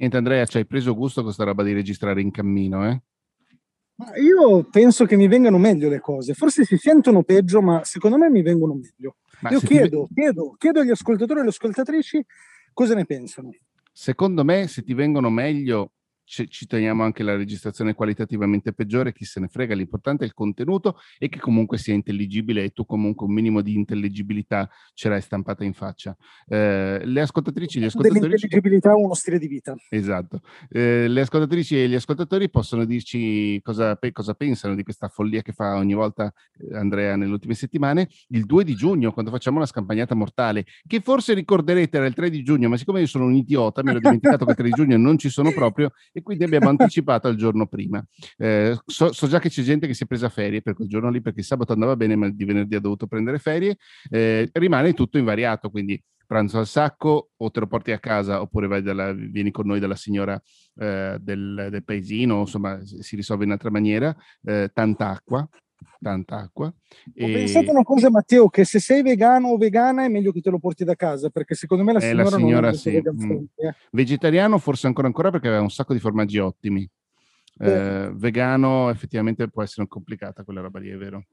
Niente, Andrea, ci hai preso gusto a questa roba di registrare in cammino, eh? Ma io penso che mi vengano meglio le cose. Forse si sentono peggio, ma secondo me mi vengono meglio. Ma Io se chiedo agli ascoltatori e alle ascoltatrici cosa ne pensano. Secondo me, se ti vengono meglio, ci teniamo anche la registrazione qualitativamente peggiore, chi se ne frega, l'importante è il contenuto e che comunque sia intelligibile e tu comunque un minimo di intelligibilità ce l'hai stampata in faccia. Le ascoltatrici e gli ascoltatori... Dell'intelligibilità uno stile di vita. Esatto. Le ascoltatrici e gli ascoltatori possono dirci cosa pensano di questa follia che fa ogni volta Andrea nelle ultime settimane, il 2 di giugno, quando facciamo la scampagnata mortale, che forse ricorderete era il 3 di giugno, ma siccome io sono un idiota, mi ero dimenticato che il 3 di giugno non ci sono proprio e quindi abbiamo anticipato al giorno prima. So già che c'è gente che si è presa ferie per quel giorno lì, perché il sabato andava bene, ma di venerdì ha dovuto prendere ferie. Rimane tutto invariato, quindi pranzo al sacco o te lo porti a casa oppure vieni con noi dalla signora del paesino, insomma si risolve in un'altra maniera, tanta acqua. Ho pensato una cosa, Matteo, che se sei vegano o vegana è meglio che te lo porti da casa, perché secondo me la signora non è molto sì. vegan friendly. Vegetariano forse ancora perché aveva un sacco di formaggi ottimi. Vegano effettivamente può essere complicata quella roba lì, è vero.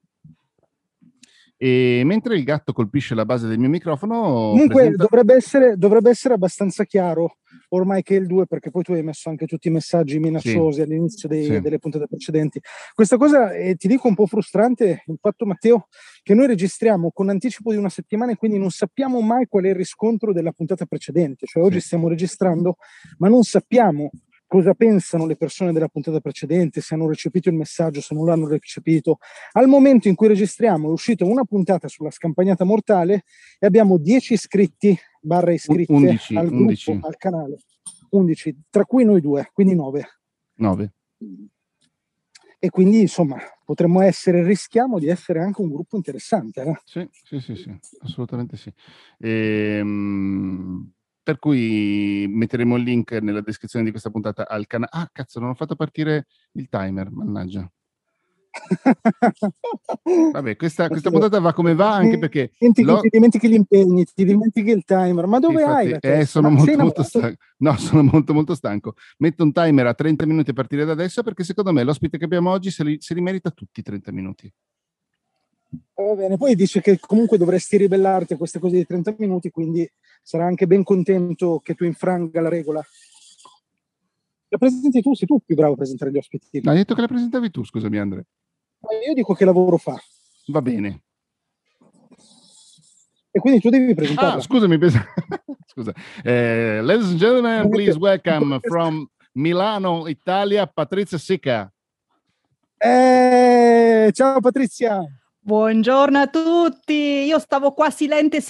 E mentre il gatto colpisce la base del mio microfono... Comunque dovrebbe essere abbastanza chiaro ormai che è il 2, perché poi tu hai messo anche tutti i messaggi minacciosi all'inizio delle puntate precedenti. Questa cosa ti dico un po' frustrante, il fatto, Matteo, che noi registriamo con anticipo di una settimana e quindi non sappiamo mai qual è il riscontro della puntata precedente. Cioè oggi stiamo registrando, ma non sappiamo cosa pensano le persone della puntata precedente, se hanno recepito il messaggio, se non l'hanno recepito. Al momento in cui registriamo è uscita una puntata sulla scampagnata mortale e abbiamo 10 iscritti / iscritte 11, al gruppo, al canale. 11, tra cui noi 2, quindi 9. E quindi insomma rischiamo di essere anche un gruppo interessante. Sì, assolutamente sì. Per cui metteremo il link nella descrizione di questa puntata al canale. Ah, cazzo, non ho fatto partire il timer, mannaggia. Vabbè, questa puntata va come va, anche perché... Ti dimentichi gli impegni, ti dimentichi il timer, ma dove hai la testa? Sono molto stanco. No, sono molto stanco. Metto un timer a 30 minuti a partire da adesso, perché secondo me l'ospite che abbiamo oggi se li merita tutti i 30 minuti. Va bene, poi dice che comunque dovresti ribellarti a queste cose di 30 minuti, quindi sarà anche ben contento che tu infranga la regola. La presenti tu, sei tu più bravo a presentare gli ospiti. No, hai detto che la presentavi tu, scusami Andrea. Io dico che lavoro fa. Va bene. E quindi tu devi presentarla. Ah, scusami. Scusa. Ladies and gentlemen, please welcome from Milano, Italia, Patrizia Sica. Ciao Patrizia. Buongiorno a tutti, io stavo qua silente,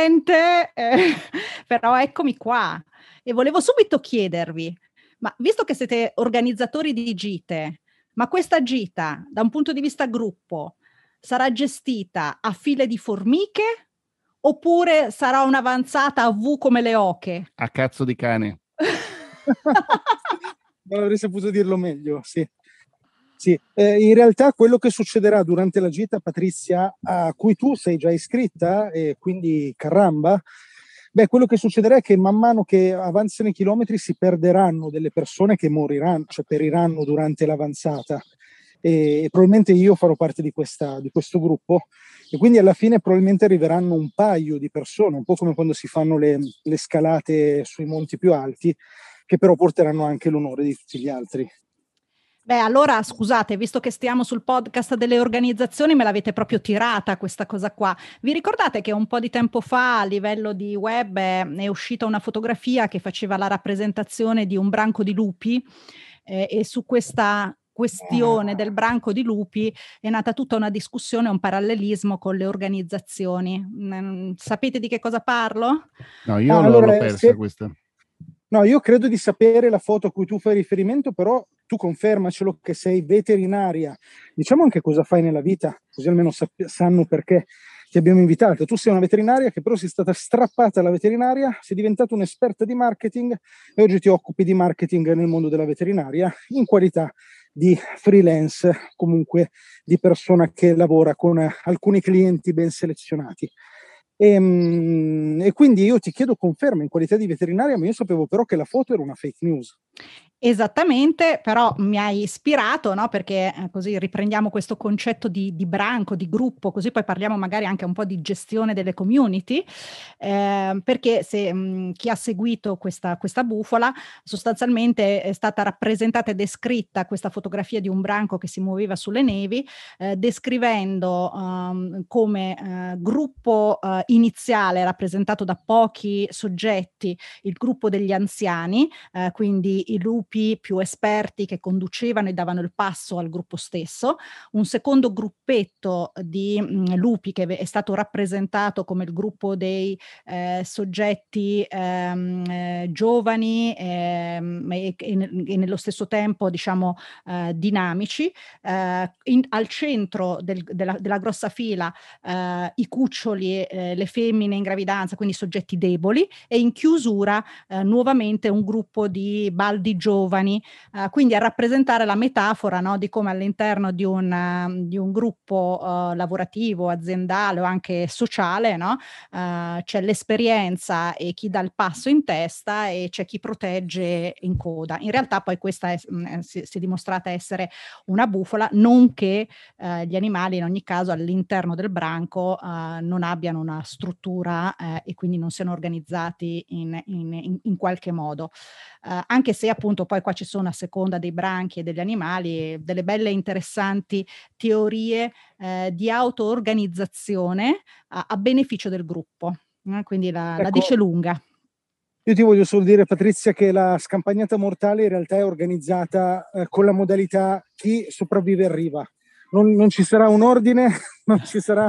però eccomi qua e volevo subito chiedervi, ma visto che siete organizzatori di gite, ma questa gita da un punto di vista gruppo sarà gestita a file di formiche oppure sarà un'avanzata a V come le oche? A cazzo di cane. Non avrei saputo dirlo meglio, sì. Sì, in realtà quello che succederà durante la gita, Patrizia, a cui tu sei già iscritta, e quindi caramba, quello che succederà è che man mano che avanzano i chilometri si perderanno delle persone che moriranno, cioè periranno durante l'avanzata. E probabilmente io farò parte di questo gruppo e quindi alla fine probabilmente arriveranno un paio di persone, un po' come quando si fanno le scalate sui monti più alti, che però porteranno anche l'onore di tutti gli altri. Allora scusate, visto che stiamo sul podcast delle organizzazioni, me l'avete proprio tirata questa cosa qua. Vi ricordate che un po' di tempo fa a livello di web è uscita una fotografia che faceva la rappresentazione di un branco di lupi e su questa questione del branco di lupi è nata tutta una discussione, un parallelismo con le organizzazioni. Sapete di che cosa parlo? No, io l'ho persa questa. No, io credo di sapere la foto a cui tu fai riferimento, però tu confermacelo che sei veterinaria. Diciamo anche cosa fai nella vita, così almeno sanno perché ti abbiamo invitato. Tu sei una veterinaria che però sei stata strappata alla veterinaria, sei diventata un'esperta di marketing e oggi ti occupi di marketing nel mondo della veterinaria in qualità di freelance, comunque di persona che lavora con alcuni clienti ben selezionati. E quindi io ti chiedo conferma in qualità di veterinaria, ma io sapevo però che la foto era una fake news. Esattamente, però mi hai ispirato, no? Perché così riprendiamo questo concetto di branco, di gruppo, così poi parliamo magari anche un po' di gestione delle community, perché se chi ha seguito questa bufala, sostanzialmente è stata rappresentata e descritta questa fotografia di un branco che si muoveva sulle nevi, descrivendo come gruppo iniziale rappresentato da pochi soggetti il gruppo degli anziani, quindi i lupi più esperti che conducevano e davano il passo al gruppo stesso, un secondo gruppetto di lupi che è stato rappresentato come il gruppo dei soggetti giovani e nello stesso tempo diciamo dinamici, al centro della grossa fila i cuccioli, le femmine in gravidanza, quindi soggetti deboli, e in chiusura nuovamente un gruppo di baldi giovani, quindi a rappresentare la metafora, no, di come all'interno di un gruppo lavorativo, aziendale o anche sociale, no, c'è l'esperienza e chi dà il passo in testa e c'è chi protegge in coda. In realtà poi questa si è dimostrata essere una bufala, nonché gli animali in ogni caso all'interno del branco non abbiano una struttura e quindi non siano organizzati in qualche modo. Anche se appunto poi qua ci sono, a seconda dei branchi e degli animali, delle belle interessanti teorie di auto-organizzazione a beneficio del gruppo. Quindi la dice lunga. Io ti voglio solo dire, Patrizia, che la scampagnata mortale in realtà è organizzata con la modalità chi sopravvive arriva. Non ci sarà un ordine, non ci sarà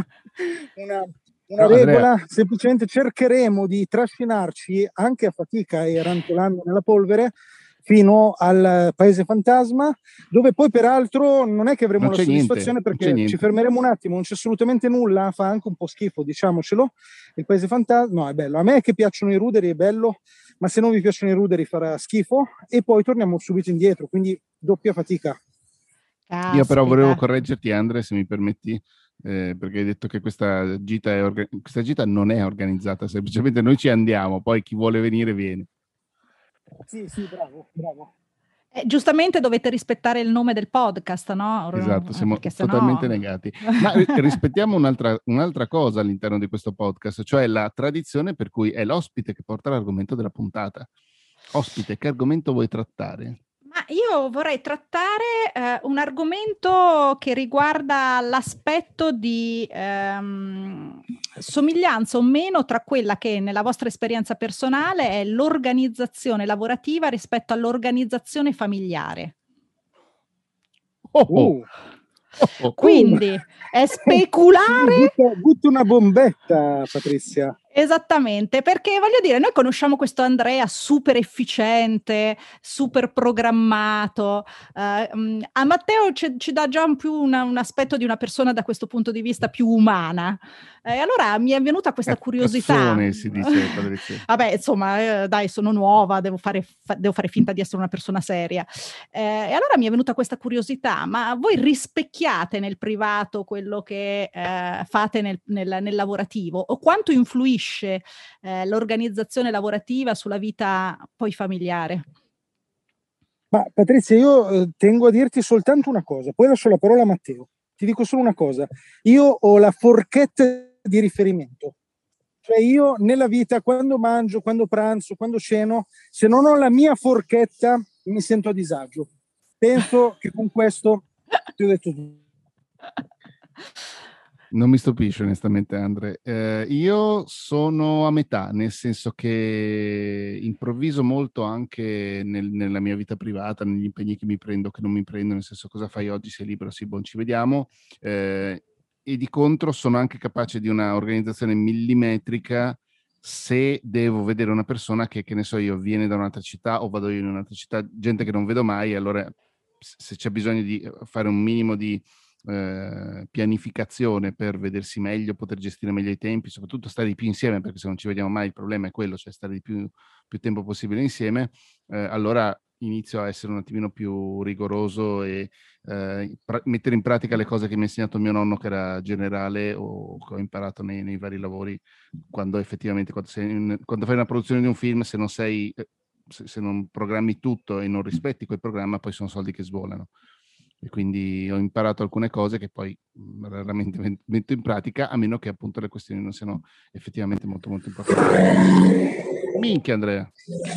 una regola, Andrea, semplicemente cercheremo di trascinarci anche a fatica e rantolando nella polvere fino al paese fantasma, dove poi peraltro non è che avremo la soddisfazione, perché ci fermeremo un attimo, non c'è assolutamente nulla, fa anche un po' schifo, diciamocelo. Il paese fantasma, no, è bello. A me che piacciono i ruderi è bello, ma se non vi piacciono i ruderi farà schifo, e poi torniamo subito indietro, quindi doppia fatica. Caspita. Io però volevo correggerti, Andre, se mi permetti, perché hai detto che questa gita non è organizzata, semplicemente noi ci andiamo, poi chi vuole venire viene. Sì, bravo. Giustamente dovete rispettare il nome del podcast, no? Esatto, siamo Sennò... totalmente negati. Ma rispettiamo un'altra cosa all'interno di questo podcast, cioè la tradizione per cui è l'ospite che porta l'argomento della puntata. Ospite, che argomento vuoi trattare? Ma io vorrei trattare un argomento che riguarda l'aspetto di somiglianza o meno tra quella che nella vostra esperienza personale è l'organizzazione lavorativa rispetto all'organizzazione familiare. Quindi è speculare. Butta una bombetta, Patrizia. Esattamente, perché voglio dire, noi conosciamo questo Andrea super efficiente, super programmato. A Matteo ci dà già un aspetto di una persona da questo punto di vista più umana. Allora mi è venuta questa curiosità. Cazzone, si dice, Patrizia. Vabbè, insomma, dai, sono nuova, devo fare finta di essere una persona seria. E allora mi è venuta questa curiosità, ma voi rispecchiate nel privato quello che fate nel lavorativo? O quanto influisce l'organizzazione lavorativa sulla vita poi familiare? Ma Patrizia, io tengo a dirti soltanto una cosa, poi lascio la parola a Matteo. Ti dico solo una cosa: io ho la forchetta di riferimento. Cioè io nella vita, quando mangio, quando pranzo, quando ceno, se non ho la mia forchetta mi sento a disagio. Penso che con questo ti ho detto tutto. Non mi stupisce onestamente, Andre. Io sono a metà, nel senso che improvviso molto anche nella mia vita privata, negli impegni che mi prendo, che non mi prendo, nel senso: cosa fai oggi, sei libero, sì, buon, ci vediamo. E di contro sono anche capace di una organizzazione millimetrica se devo vedere una persona che ne so io, viene da un'altra città o vado io in un'altra città, gente che non vedo mai, allora se c'è bisogno di fare un minimo di pianificazione per vedersi meglio, poter gestire meglio i tempi, soprattutto stare di più insieme, perché se non ci vediamo mai il problema è quello, cioè stare di più tempo possibile insieme, allora inizio a essere un attimino più rigoroso e mettere in pratica le cose che mi ha insegnato mio nonno, che era generale, o che ho imparato nei vari lavori, quando effettivamente, quando fai una produzione di un film, se non sei, se non programmi tutto e non rispetti quel programma, poi sono soldi che svolano. E quindi ho imparato alcune cose che poi raramente metto in pratica, a meno che appunto le questioni non siano effettivamente molto molto importanti. Minchia, Andrea.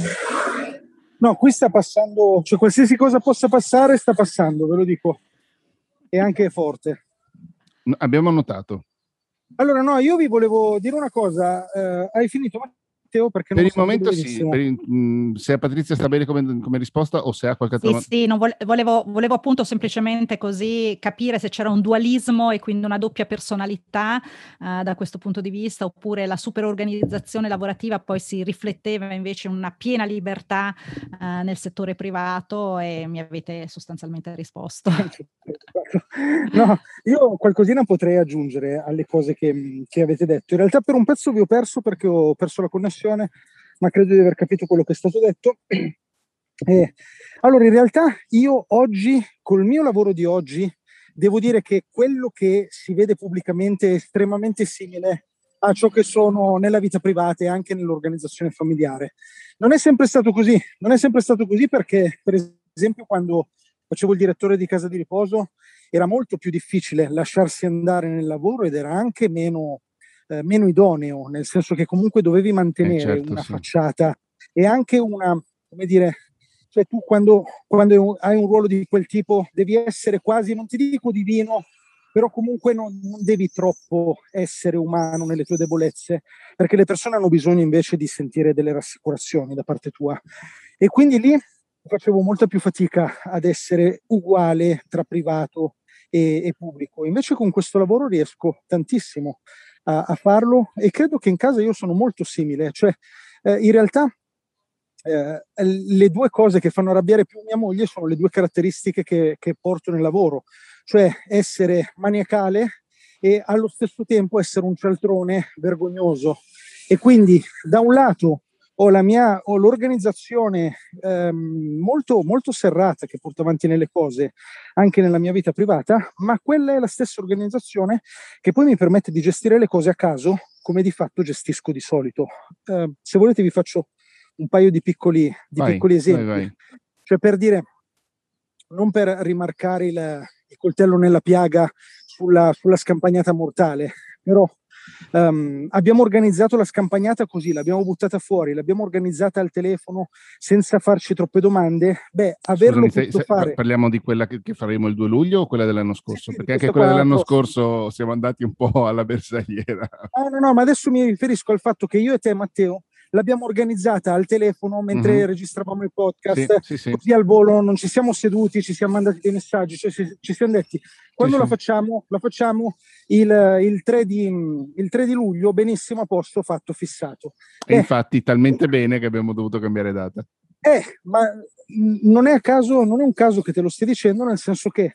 No, qui sta passando, cioè qualsiasi cosa possa passare sta passando, ve lo dico. E anche forte. Abbiamo notato. Allora, no, io vi volevo dire una cosa. Hai finito, Matteo? Perché per non il momento sì. Se a Patrizia sta bene come risposta, o se ha qualche altra... Sì, non volevo appunto semplicemente così capire se c'era un dualismo e quindi una doppia personalità da questo punto di vista, oppure la superorganizzazione lavorativa poi si rifletteva invece in una piena libertà nel settore privato, e mi avete sostanzialmente risposto. No, io qualcosina potrei aggiungere alle cose che avete detto. In realtà per un pezzo vi ho perso perché ho perso la connessione, ma credo di aver capito quello che è stato detto. Allora, in realtà io oggi, col mio lavoro di oggi, devo dire che quello che si vede pubblicamente è estremamente simile a ciò che sono nella vita privata e anche nell'organizzazione familiare. Non è sempre stato così, perché, per esempio, quando facevo il direttore di casa di riposo, era molto più difficile lasciarsi andare nel lavoro ed era anche meno idoneo, nel senso che comunque dovevi mantenere una facciata e anche una, come dire, cioè tu quando hai un ruolo di quel tipo devi essere quasi, non ti dico divino, però comunque non devi troppo essere umano nelle tue debolezze, perché le persone hanno bisogno invece di sentire delle rassicurazioni da parte tua. E quindi lì facevo molta più fatica ad essere uguale tra privato e pubblico. Invece con questo lavoro riesco tantissimo a farlo, e credo che in casa io sono molto simile, cioè in realtà le due cose che fanno arrabbiare più mia moglie sono le due caratteristiche che porto nel lavoro, cioè essere maniacale e allo stesso tempo essere un cialtrone vergognoso. E quindi da un lato ho l'organizzazione molto, molto serrata che porto avanti nelle cose anche nella mia vita privata, ma quella è la stessa organizzazione che poi mi permette di gestire le cose a caso, come di fatto gestisco di solito. Se volete vi faccio un paio di piccoli esempi. Vai. Cioè, per dire, non per rimarcare il coltello nella piaga sulla scampagnata mortale, però abbiamo organizzato la scampagnata così, l'abbiamo buttata fuori, l'abbiamo organizzata al telefono senza farci troppe domande. Averlo potuto fare... Parliamo di quella che faremo il 2 luglio o quella dell'anno scorso? Sì, perché anche quella dell'anno scorso siamo andati un po' alla bersagliera. No, ma adesso mi riferisco al fatto che io e te, Matteo, l'abbiamo organizzata al telefono mentre registravamo il podcast, sì. Così al volo, non ci siamo seduti, ci siamo mandati dei messaggi, cioè ci siamo detti quando la facciamo il 3 di luglio, benissimo, a posto, fatto, fissato. E infatti talmente bene che abbiamo dovuto cambiare data. Ma non è un caso che te lo stia dicendo, nel senso che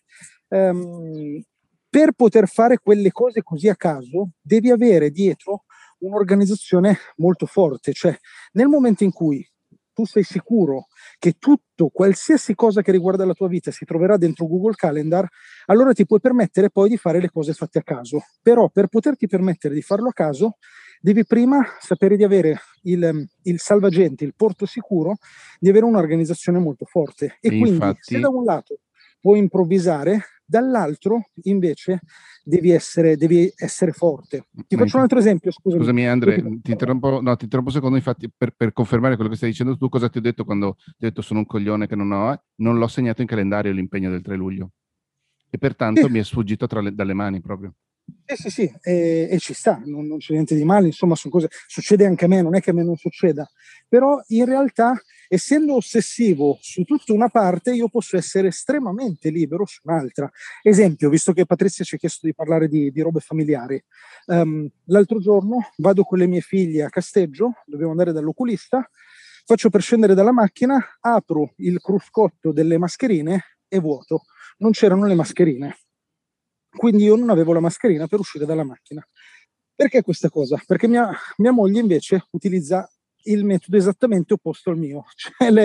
per poter fare quelle cose così a caso devi avere dietro un'organizzazione molto forte, cioè nel momento in cui tu sei sicuro che qualsiasi cosa che riguarda la tua vita si troverà dentro Google Calendar, allora ti puoi permettere poi di fare le cose fatte a caso. Però per poterti permettere di farlo a caso devi prima sapere di avere il salvagente, il porto sicuro, di avere un'organizzazione molto forte. E quindi infatti, se da un lato puoi improvvisare, dall'altro invece devi essere forte. Ti faccio un altro esempio, scusami Andrea, ti interrompo un secondo. Infatti, per confermare quello che stai dicendo tu, cosa ti ho detto quando ti ho detto sono un coglione che non l'ho segnato in calendario l'impegno del 3 luglio e pertanto mi è sfuggito dalle mani proprio. Sì, e ci sta, non c'è niente di male, insomma, sono cose, succede anche a me, non è che a me non succeda, però in realtà, essendo ossessivo su tutta una parte, io posso essere estremamente libero su un'altra. Esempio, visto che Patrizia ci ha chiesto di parlare di robe familiari, l'altro giorno vado con le mie figlie a Casteggio, dobbiamo andare dall'oculista, faccio per scendere dalla macchina, apro il cruscotto delle mascherine e vuoto, non c'erano le mascherine. Quindi io non avevo la mascherina per uscire dalla macchina. Perché questa cosa? Perché mia moglie invece utilizza il metodo esattamente opposto al mio. Cioè lei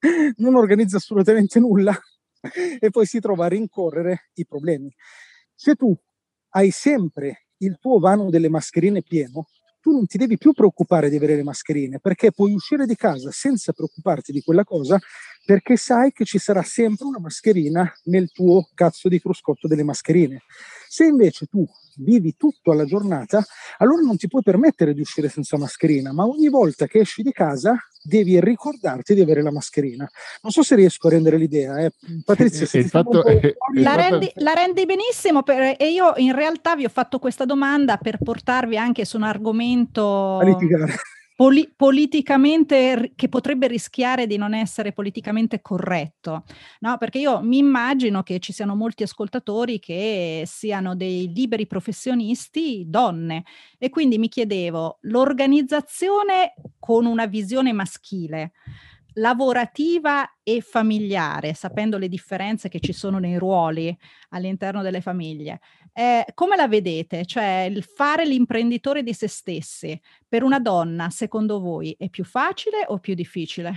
non organizza assolutamente nulla e poi si trova a rincorrere i problemi. Se tu hai sempre il tuo vano delle mascherine pieno, tu non ti devi più preoccupare di avere le mascherine, perché puoi uscire di casa senza preoccuparti di quella cosa, perché sai che ci sarà sempre una mascherina nel tuo cazzo di cruscotto delle mascherine. Se invece tu vivi tutto alla giornata, allora non ti puoi permettere di uscire senza mascherina, ma ogni volta che esci di casa devi ricordarti di avere la mascherina. Non so se riesco a rendere l'idea. Patrizia, se la rendi benissimo, e io in realtà vi ho fatto questa domanda per portarvi anche su un argomento a litigare. Politicamente, che potrebbe rischiare di non essere politicamente corretto, no? Perché io mi immagino che ci siano molti ascoltatori che siano dei liberi professionisti donne, e quindi mi chiedevo, l'organizzazione con una visione maschile, lavorativa e familiare, sapendo le differenze che ci sono nei ruoli all'interno delle famiglie, come la vedete? Cioè, il fare l'imprenditore di se stessi per una donna, secondo voi, è più facile o più difficile?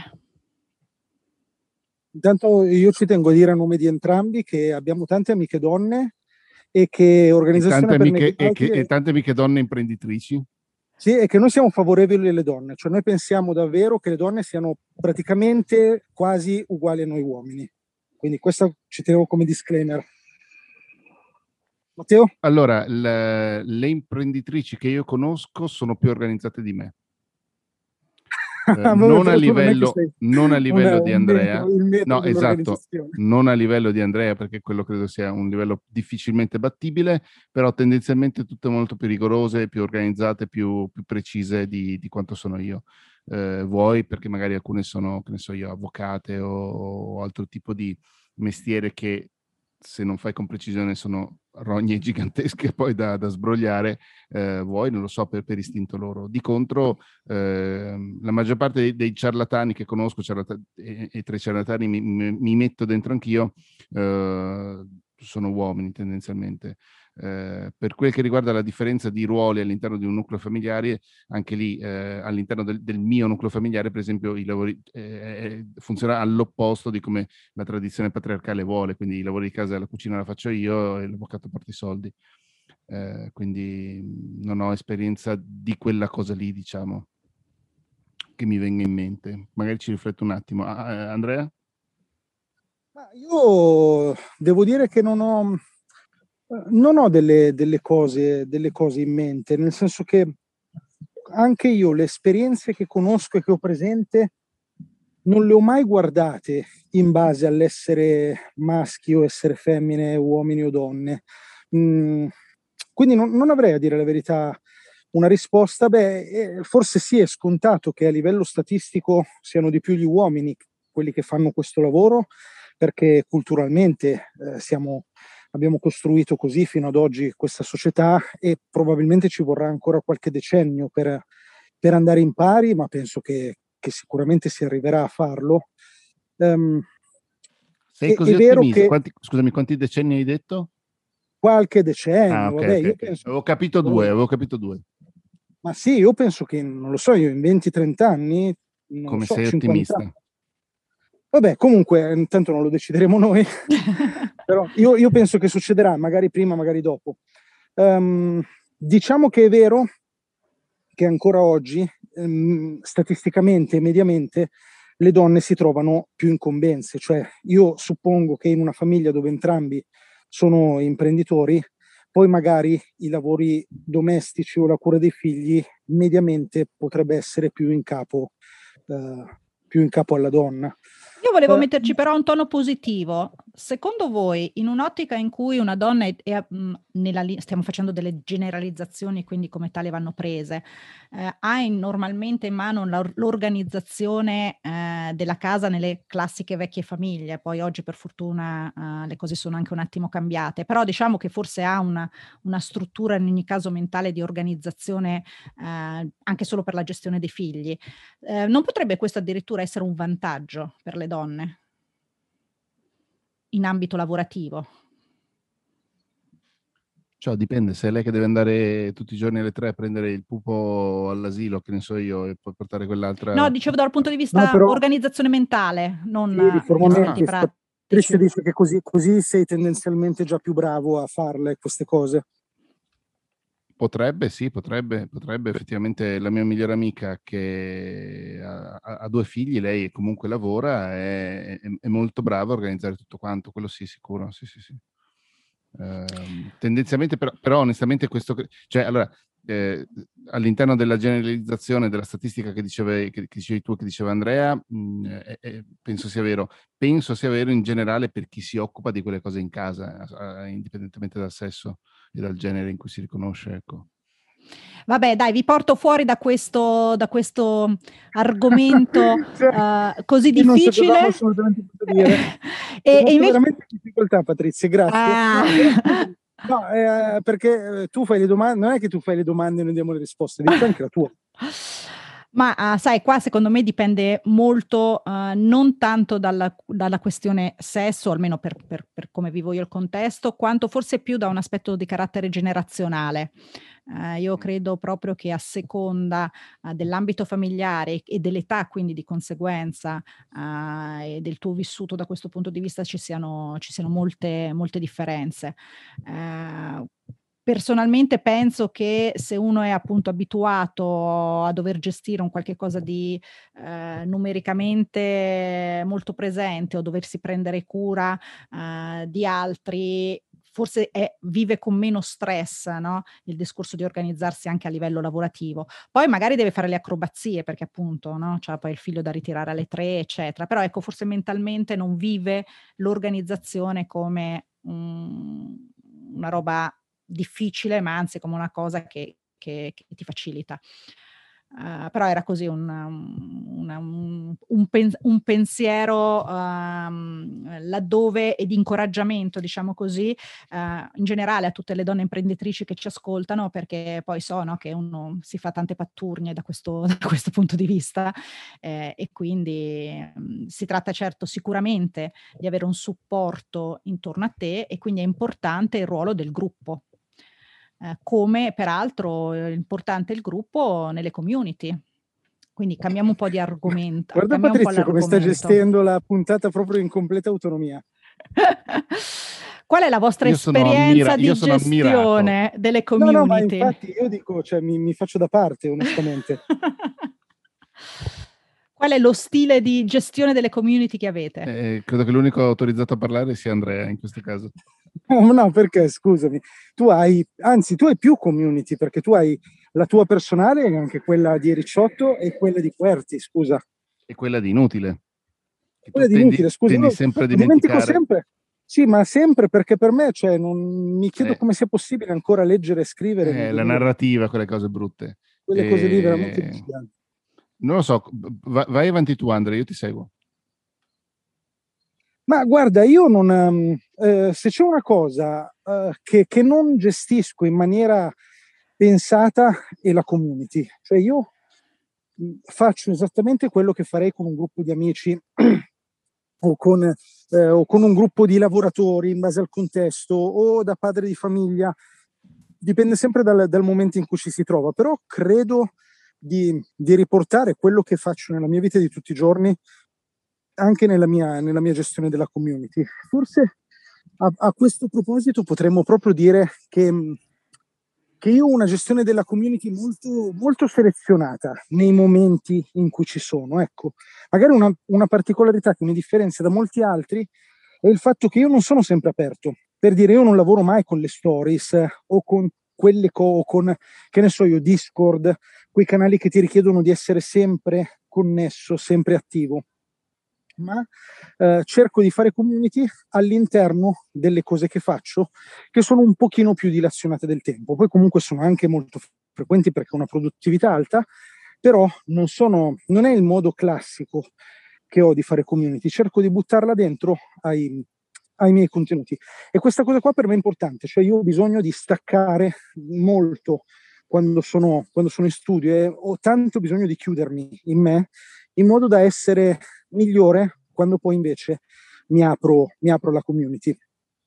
Intanto io ci tengo a dire a nome di entrambi che abbiamo tante amiche donne e che organizzazione e tante amiche donne imprenditrici. Sì, e che noi siamo favorevoli alle donne, cioè noi pensiamo davvero che le donne siano praticamente quasi uguali a noi uomini. Quindi questo ci tenevo come disclaimer. Matteo? Allora, le imprenditrici che io conosco sono più organizzate di me. Non a livello di Andrea, no, esatto, non a livello di Andrea, perché quello credo sia un livello difficilmente battibile, però tendenzialmente tutte molto più rigorose, più organizzate, più precise di quanto sono io. Vuoi perché magari alcune sono, che ne so io, avvocate o altro tipo di mestiere che, se non fai con precisione, sono rogne gigantesche poi da sbrogliare, vuoi, non lo so, per istinto loro. Di contro, la maggior parte dei ciarlatani che conosco, e tra i ciarlatani mi metto dentro anch'io, sono uomini tendenzialmente. Per quel che riguarda la differenza di ruoli all'interno di un nucleo familiare, anche lì all'interno del mio nucleo familiare, per esempio, i lavori funziona all'opposto di come la tradizione patriarcale vuole, quindi i lavori di casa e la cucina la faccio io e l'avvocato porta i soldi. Quindi non ho esperienza di quella cosa lì, diciamo, che mi venga in mente. Magari ci rifletto un attimo. Andrea? Ma io devo dire che non ho delle cose in mente, nel senso che anche io le esperienze che conosco e che ho presente non le ho mai guardate in base all'essere maschi o essere femmine, uomini o donne. Quindi non avrei, a dire la verità, una risposta. Forse sì, è scontato che a livello statistico siano di più gli uomini quelli che fanno questo lavoro, perché culturalmente abbiamo costruito così fino ad oggi questa società, e probabilmente ci vorrà ancora qualche decennio per andare in pari, ma penso che sicuramente si arriverà a farlo. Sei così ottimista? Scusami, quanti decenni hai detto? Qualche decennio. Okay. Io penso, avevo capito due. Ma sì, io penso che, non lo so, io in 20-30 anni, come sei ottimista? Vabbè, comunque, intanto non lo decideremo noi, però io penso che succederà, magari prima, magari dopo. Diciamo che è vero che ancora oggi, statisticamente e mediamente, le donne si trovano più incombenze. Cioè, io suppongo che in una famiglia dove entrambi sono imprenditori, poi magari i lavori domestici o la cura dei figli mediamente potrebbe essere più in capo alla donna. Io volevo metterci però un tono positivo. Secondo voi, in un'ottica in cui una donna stiamo facendo delle generalizzazioni, quindi come tale vanno prese, ha normalmente in mano l'organizzazione della casa nelle classiche vecchie famiglie, poi oggi per fortuna le cose sono anche un attimo cambiate, però diciamo che forse ha una struttura in ogni caso mentale di organizzazione anche solo per la gestione dei figli. Non potrebbe questo addirittura essere un vantaggio per le donne in ambito lavorativo? Cioè, dipende, se è lei che deve andare tutti i giorni alle 3 a prendere il pupo all'asilo, che ne so io, e poi portare quell'altra... No, dicevo dal punto di vista No, però, organizzazione mentale, non sì, gli aspetti riformamenti. Patrizia pratici. dice che così sei tendenzialmente già più bravo a farle queste cose. Potrebbe, sì, potrebbe. Effettivamente la mia migliore amica che ha 2 figli, lei comunque lavora, è molto brava a organizzare tutto quanto, quello sì, sicuro, sì. Tendenzialmente, però onestamente cioè, allora, all'interno della generalizzazione della statistica che dicevi tu, che diceva Andrea, penso sia vero. Penso sia vero in generale per chi si occupa di quelle cose in casa, indipendentemente dal sesso e dal genere in cui si riconosce, ecco. Vabbè, dai, vi porto fuori da questo argomento Cioè, così non sapevamo difficile. assolutamente cosa dire. Ho E fatto invece... veramente difficoltà, Patrizia, grazie. Ah. No, però scusami. No, perché tu fai le domande, non è che tu fai le domande e noi diamo le risposte, devi fare anche la tua. Ma sai, qua secondo me dipende molto, non tanto dalla questione sesso, almeno per come vivo io il contesto, quanto forse più da un aspetto di carattere generazionale. Io credo proprio che a seconda dell'ambito familiare e dell'età, quindi di conseguenza, e del tuo vissuto da questo punto di vista ci siano molte differenze. Personalmente penso che se uno è appunto abituato a dover gestire un qualche cosa di numericamente molto presente o doversi prendere cura di altri, forse vive con meno stress, no? Il discorso di organizzarsi anche a livello lavorativo. Poi magari deve fare le acrobazie perché appunto, no? C'ha poi il figlio da ritirare alle 3, eccetera. Però ecco, forse mentalmente non vive l'organizzazione come una roba difficile, ma anzi come una cosa che ti facilita. Però era così un pensiero, laddove e di incoraggiamento, diciamo così, in generale a tutte le donne imprenditrici che ci ascoltano, perché poi so, no, che uno si fa tante patturnie da questo da questo punto di vista, e quindi, si tratta certo sicuramente di avere un supporto intorno a te e quindi è importante il ruolo del gruppo. Come peraltro è importante il gruppo nelle community. Quindi cambiamo un po' di argomento, Guarda cambiamo un po' Patrizia come sta l'argomento. gestendo la puntata proprio in completa autonomia. Qual è la vostra Io sono esperienza di ammirato. gestione delle No, ma community? infatti io dico, cioè, mi faccio da parte, onestamente. Qual è lo stile di gestione delle community che avete? Credo che l'unico autorizzato a parlare sia Andrea in questo caso. No, perché scusami, tu hai più community, perché tu hai la tua personale, anche quella di Ricciotto e quella di Querti, scusa. E quella di Inutile, che tu Quella di Inutile, scusa, tendi io sempre a dimentico dimenticare. sempre. Sì, ma sempre, perché per me, cioè, non mi chiedo come sia possibile ancora leggere e scrivere nel La 2000. narrativa, quelle cose brutte. Quelle cose lì veramente difficili. Non lo so, vai avanti tu Andrea, io ti seguo. Ma guarda, io non, se c'è una cosa che non gestisco in maniera pensata è la community. Cioè io faccio esattamente quello che farei con un gruppo di amici o con un gruppo di lavoratori in base al contesto o da padre di famiglia. Dipende sempre dal momento in cui ci si trova, però credo di riportare quello che faccio nella mia vita di tutti i giorni anche nella mia gestione della community. Forse a questo proposito potremmo proprio dire che io ho una gestione della community molto, molto selezionata nei momenti in cui ci sono. Ecco, magari una particolarità che mi differenzia da molti altri è il fatto che io non sono sempre aperto. Per dire, io non lavoro mai con le stories o con con, che ne so io, Discord, quei canali che ti richiedono di essere sempre connesso, sempre attivo. Ma cerco di fare community all'interno delle cose che faccio, che sono un pochino più dilazionate del tempo. Poi comunque sono anche molto frequenti perché ho una produttività alta, però non è il modo classico che ho di fare community. Cerco di buttarla dentro ai miei contenuti. E questa cosa qua per me è importante, cioè io ho bisogno di staccare molto quando sono in studio e ho tanto bisogno di chiudermi in me in modo da essere migliore quando poi invece mi apro alla community.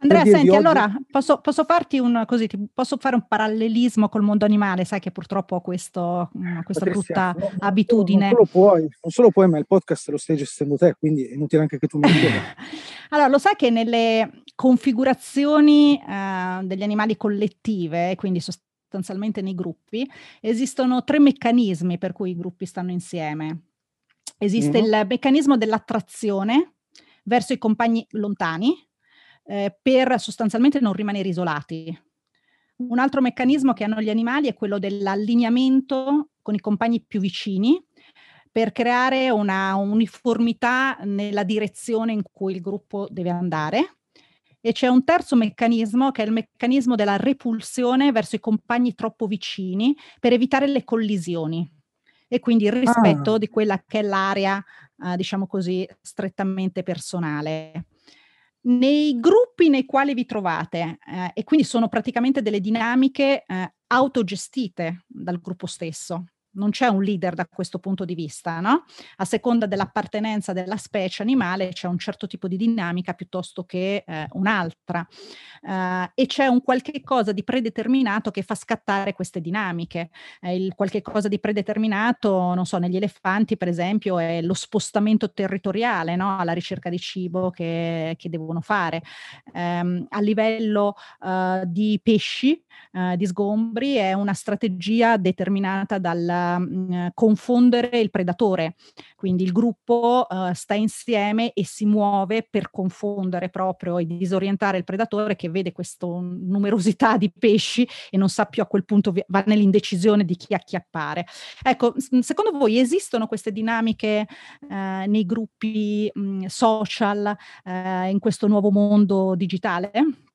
Andrea, senti, oggi... allora posso farti posso fare un parallelismo col mondo animale, sai che purtroppo ho questa brutta abitudine. Non solo puoi, ma il podcast lo stai gestendo te, quindi è inutile anche che tu mi chieda. Allora, lo sai che nelle configurazioni degli animali collettive, quindi sostanzialmente nei gruppi, esistono 3 meccanismi per cui i gruppi stanno insieme. Esiste il meccanismo dell'attrazione verso i compagni lontani, per sostanzialmente non rimanere isolati. Un altro meccanismo che hanno gli animali è quello dell'allineamento con i compagni più vicini, per creare una uniformità nella direzione in cui il gruppo deve andare. E c'è un terzo meccanismo che è il meccanismo della repulsione verso i compagni troppo vicini per evitare le collisioni e quindi il rispetto di quella che è l'area, diciamo così, strettamente personale. Nei gruppi nei quali vi trovate, e quindi sono praticamente delle dinamiche autogestite dal gruppo stesso. Non c'è un leader da questo punto di vista, no? A seconda dell'appartenenza della specie animale c'è un certo tipo di dinamica piuttosto che un'altra. E c'è un qualche cosa di predeterminato che fa scattare queste dinamiche. Il qualche cosa di predeterminato, non so, negli elefanti per esempio è lo spostamento territoriale, no? Alla ricerca di cibo che devono fare. A livello di pesci, di sgombri è una strategia determinata dal confondere il predatore, quindi il gruppo sta insieme e si muove per confondere proprio e disorientare il predatore che vede questa numerosità di pesci e non sa più, a quel punto va nell'indecisione di chi acchiappare. Ecco, secondo voi esistono queste dinamiche nei gruppi social in questo nuovo mondo digitale?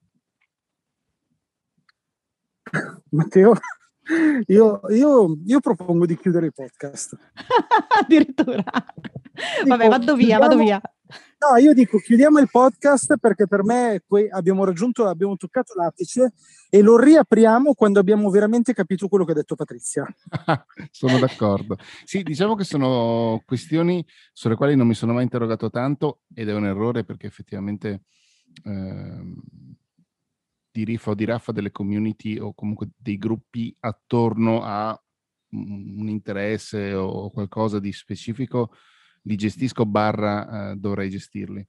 Matteo, io propongo di chiudere il podcast. Addirittura. Dico, vabbè, vado via. No, io dico chiudiamo il podcast perché per me abbiamo toccato l'apice e lo riapriamo quando abbiamo veramente capito quello che ha detto Patrizia. Sono d'accordo. Sì, diciamo che sono questioni sulle quali non mi sono mai interrogato tanto ed è un errore perché effettivamente di riffa o di raffa delle community o comunque dei gruppi attorno a un interesse o qualcosa di specifico li gestisco / dovrei gestirli.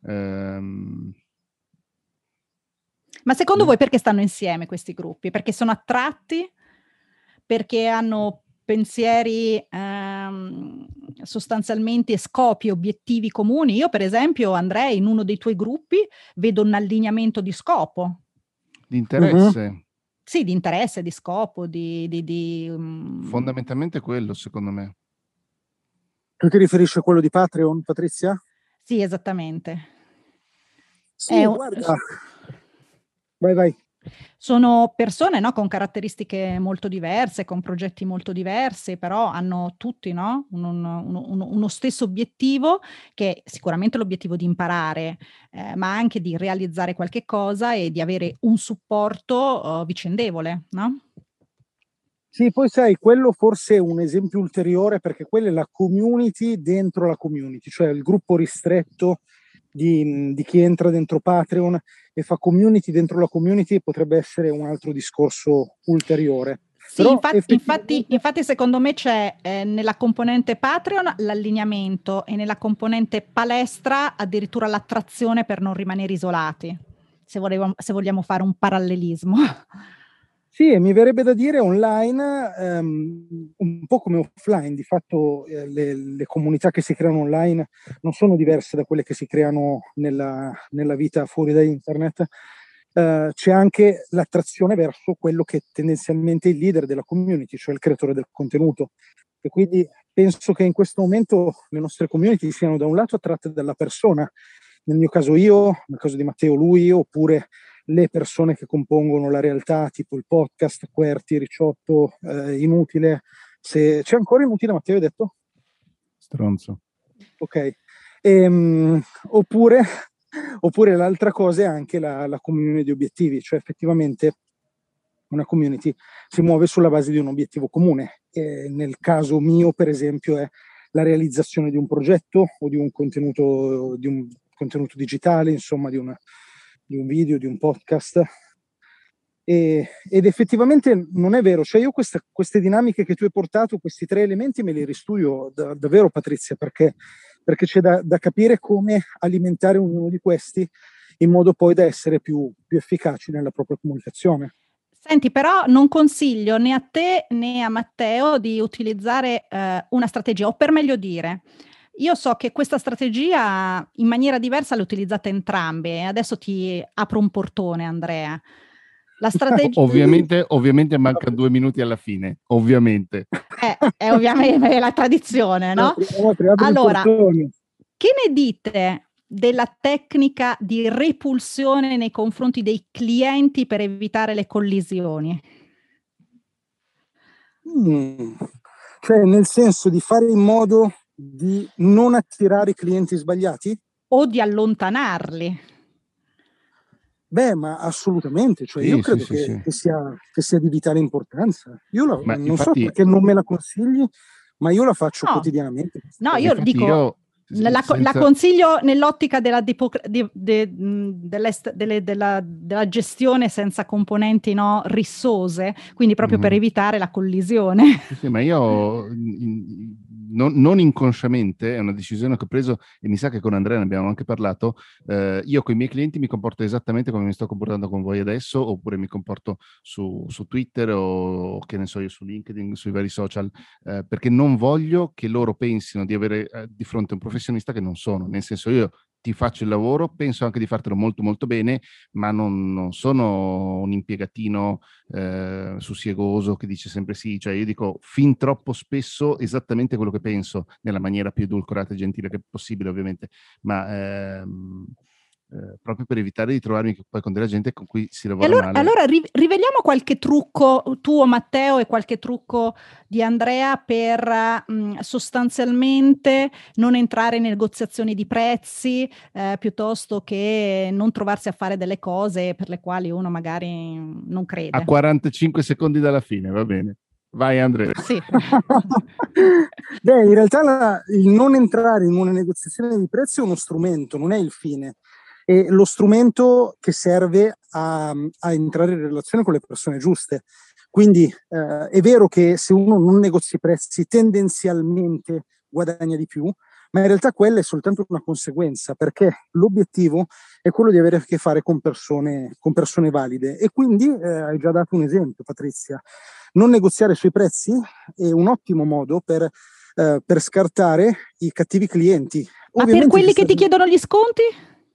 Ma secondo voi perché stanno insieme questi gruppi? Perché sono attratti? Perché hanno pensieri sostanzialmente scopi, obiettivi comuni? Io per esempio, Andrea, in uno dei tuoi gruppi vedo un allineamento di scopo. Di interesse. Uh-huh. Sì, di interesse, di scopo, Fondamentalmente quello, secondo me. Tu ti riferisci a quello di Patreon, Patrizia? Sì, esattamente. Sì, guarda. Vai. Sono persone, no, con caratteristiche molto diverse, con progetti molto diversi, però hanno tutti, no, uno stesso obiettivo, che è sicuramente l'obiettivo di imparare, ma anche di realizzare qualche cosa e di avere un supporto vicendevole, no? Sì, poi sai, quello forse è un esempio ulteriore perché quella è la community dentro la community, cioè il gruppo ristretto di chi entra dentro Patreon e fa community dentro la community potrebbe essere un altro discorso ulteriore. Sì, però infatti secondo me c'è nella componente Patreon l'allineamento e nella componente palestra addirittura l'attrazione per non rimanere isolati, se vogliamo fare un parallelismo. Sì, e mi verrebbe da dire online, un po' come offline, di fatto le comunità che si creano online non sono diverse da quelle che si creano nella vita fuori da internet. C'è anche l'attrazione verso quello che è tendenzialmente il leader della community, cioè il creatore del contenuto. E quindi penso che in questo momento le nostre community siano da un lato attratte dalla persona, nel mio caso io, nel caso di Matteo lui, oppure le persone che compongono la realtà, tipo il podcast, Querti, Ricciotto, Inutile. Se c'è ancora Inutile, Matteo, hai detto? Stronzo. Ok. Oppure l'altra cosa è anche la comunione di obiettivi, cioè effettivamente una community si muove sulla base di un obiettivo comune. Nel caso mio, per esempio, è la realizzazione di un progetto o di un contenuto digitale, insomma, di di un video, di un podcast. Ed effettivamente non è vero, cioè io queste dinamiche che tu hai portato, questi 3 elementi me li ristudio davvero, Patrizia, perché c'è da capire come alimentare ognuno di questi in modo poi da essere più efficaci nella propria comunicazione. Senti, però non consiglio né a te né a Matteo di utilizzare una strategia, o per meglio dire, io so che questa strategia in maniera diversa l'ho utilizzata entrambe, e adesso ti apro un portone, Andrea. La strategia... ovviamente manca 2 minuti alla fine, ovviamente. È ovviamente la tradizione, no? Allora, che ne dite della tecnica di repulsione nei confronti dei clienti per evitare le collisioni? Cioè, nel senso di fare in modo di non attirare i clienti sbagliati? O di allontanarli? Beh, ma assolutamente, cioè io credo che sia di vitale importanza. Io non so perché non me la consigli, ma io la faccio quotidianamente. No, io dico, la consiglio nell'ottica della gestione senza componenti, no, rissose, quindi proprio per evitare la collisione. Sì, ma io non inconsciamente, è una decisione che ho preso, e mi sa che con Andrea ne abbiamo anche parlato. Io con i miei clienti mi comporto esattamente come mi sto comportando con voi adesso, oppure mi comporto su Twitter o che ne so io, su LinkedIn, sui vari social, perché non voglio che loro pensino di avere di fronte un professionista che non sono. Nel senso, io ti faccio il lavoro, penso anche di fartelo molto molto bene, ma non sono un impiegatino sussiegoso che dice sempre sì. Cioè io dico fin troppo spesso esattamente quello che penso, nella maniera più edulcorata e gentile che possibile, ovviamente, ma proprio per evitare di trovarmi poi con della gente con cui si lavora male. Allora riveliamo qualche trucco tuo, Matteo, e qualche trucco di Andrea per sostanzialmente non entrare in negoziazioni di prezzi, piuttosto che non trovarsi a fare delle cose per le quali uno magari non crede. A 45 secondi dalla fine, va bene. Vai Andrea. Sì. Beh, in realtà il non entrare in una negoziazione di prezzi è uno strumento, non è il fine. È lo strumento che serve a entrare in relazione con le persone giuste. Quindi è vero che se uno non negozia i prezzi tendenzialmente guadagna di più, ma in realtà quella è soltanto una conseguenza, perché l'obiettivo è quello di avere a che fare con persone valide. E quindi hai già dato un esempio, Patrizia. Non negoziare sui prezzi è un ottimo modo per scartare i cattivi clienti. Ma per quelli che ti chiedono gli sconti?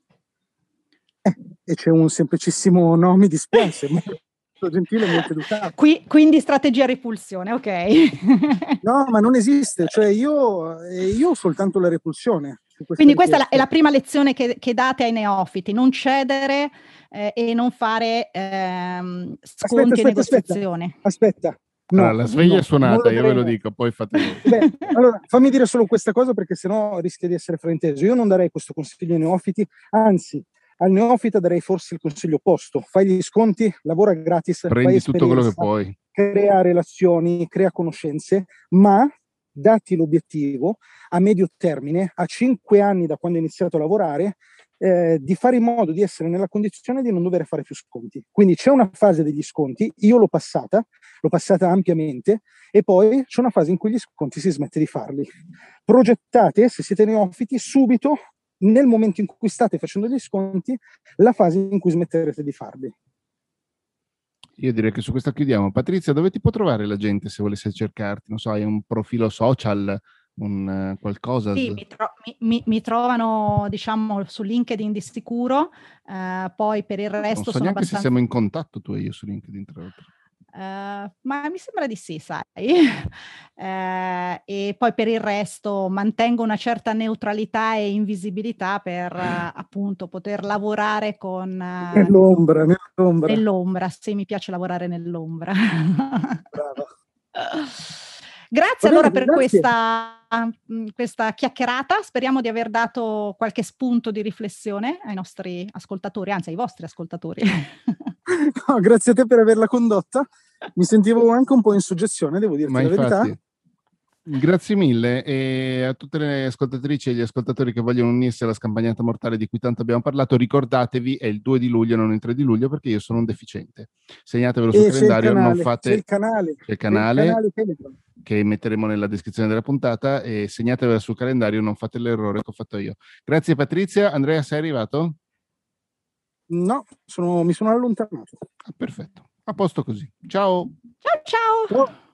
E c'è un semplicissimo no, mi dispiace, molto gentile, molto educato. Quindi strategia repulsione, ok. No, ma non esiste, cioè io ho soltanto la repulsione. Quindi questa è la prima lezione che date ai neofiti: non cedere e non fare sconti e negoziazioni. Aspetta. No, allora, la sveglia è suonata, io ve lo dico, poi fate voi. Beh, allora, fammi dire solo questa cosa, perché sennò rischia di essere frainteso. Io non darei questo consiglio ai neofiti, anzi, al neofita darei forse il consiglio opposto: fai gli sconti, lavora gratis, prendi tutto quello che puoi, crea relazioni, crea conoscenze, ma datti l'obiettivo a medio termine, a 5 anni da quando hai iniziato a lavorare, di fare in modo di essere nella condizione di non dover fare più sconti. Quindi c'è una fase degli sconti, io l'ho passata ampiamente, e poi c'è una fase in cui gli sconti si smette di farli. Progettate, se siete neofiti, subito, nel momento in cui state facendo gli sconti, la fase in cui smetterete di farli. Io direi che su questo chiudiamo. Patrizia, dove ti può trovare la gente se volesse cercarti? Non so, hai un profilo social, qualcosa? Sì, mi trovano, diciamo, su LinkedIn di sicuro, poi per il resto non so sono neanche abbastanza... se siamo in contatto tu e io su LinkedIn, tra l'altro. Ma mi sembra di sì, sai. E poi per il resto mantengo una certa neutralità e invisibilità per appunto poter lavorare con... Nell'ombra, sì, mi piace lavorare nell'ombra. Brava. Grazie allora per questa chiacchierata, speriamo di aver dato qualche spunto di riflessione ai nostri ascoltatori, anzi ai vostri ascoltatori. No, grazie a te per averla condotta, mi sentivo anche un po' in soggezione, devo dirti la verità. Grazie mille, e a tutte le ascoltatrici e gli ascoltatori che vogliono unirsi alla scampagnata mortale di cui tanto abbiamo parlato, ricordatevi, è il 2 di luglio, non il 3 di luglio, perché io sono un deficiente. Segnatevelo sul calendario, non fate... C'è il canale Telegram, che metteremo nella descrizione della puntata, e segnatevela sul calendario, non fate l'errore che ho fatto io. Grazie Patrizia. Andrea, sei arrivato? No, mi sono allontanato. Perfetto, a posto così. Ciao. Ciao ciao.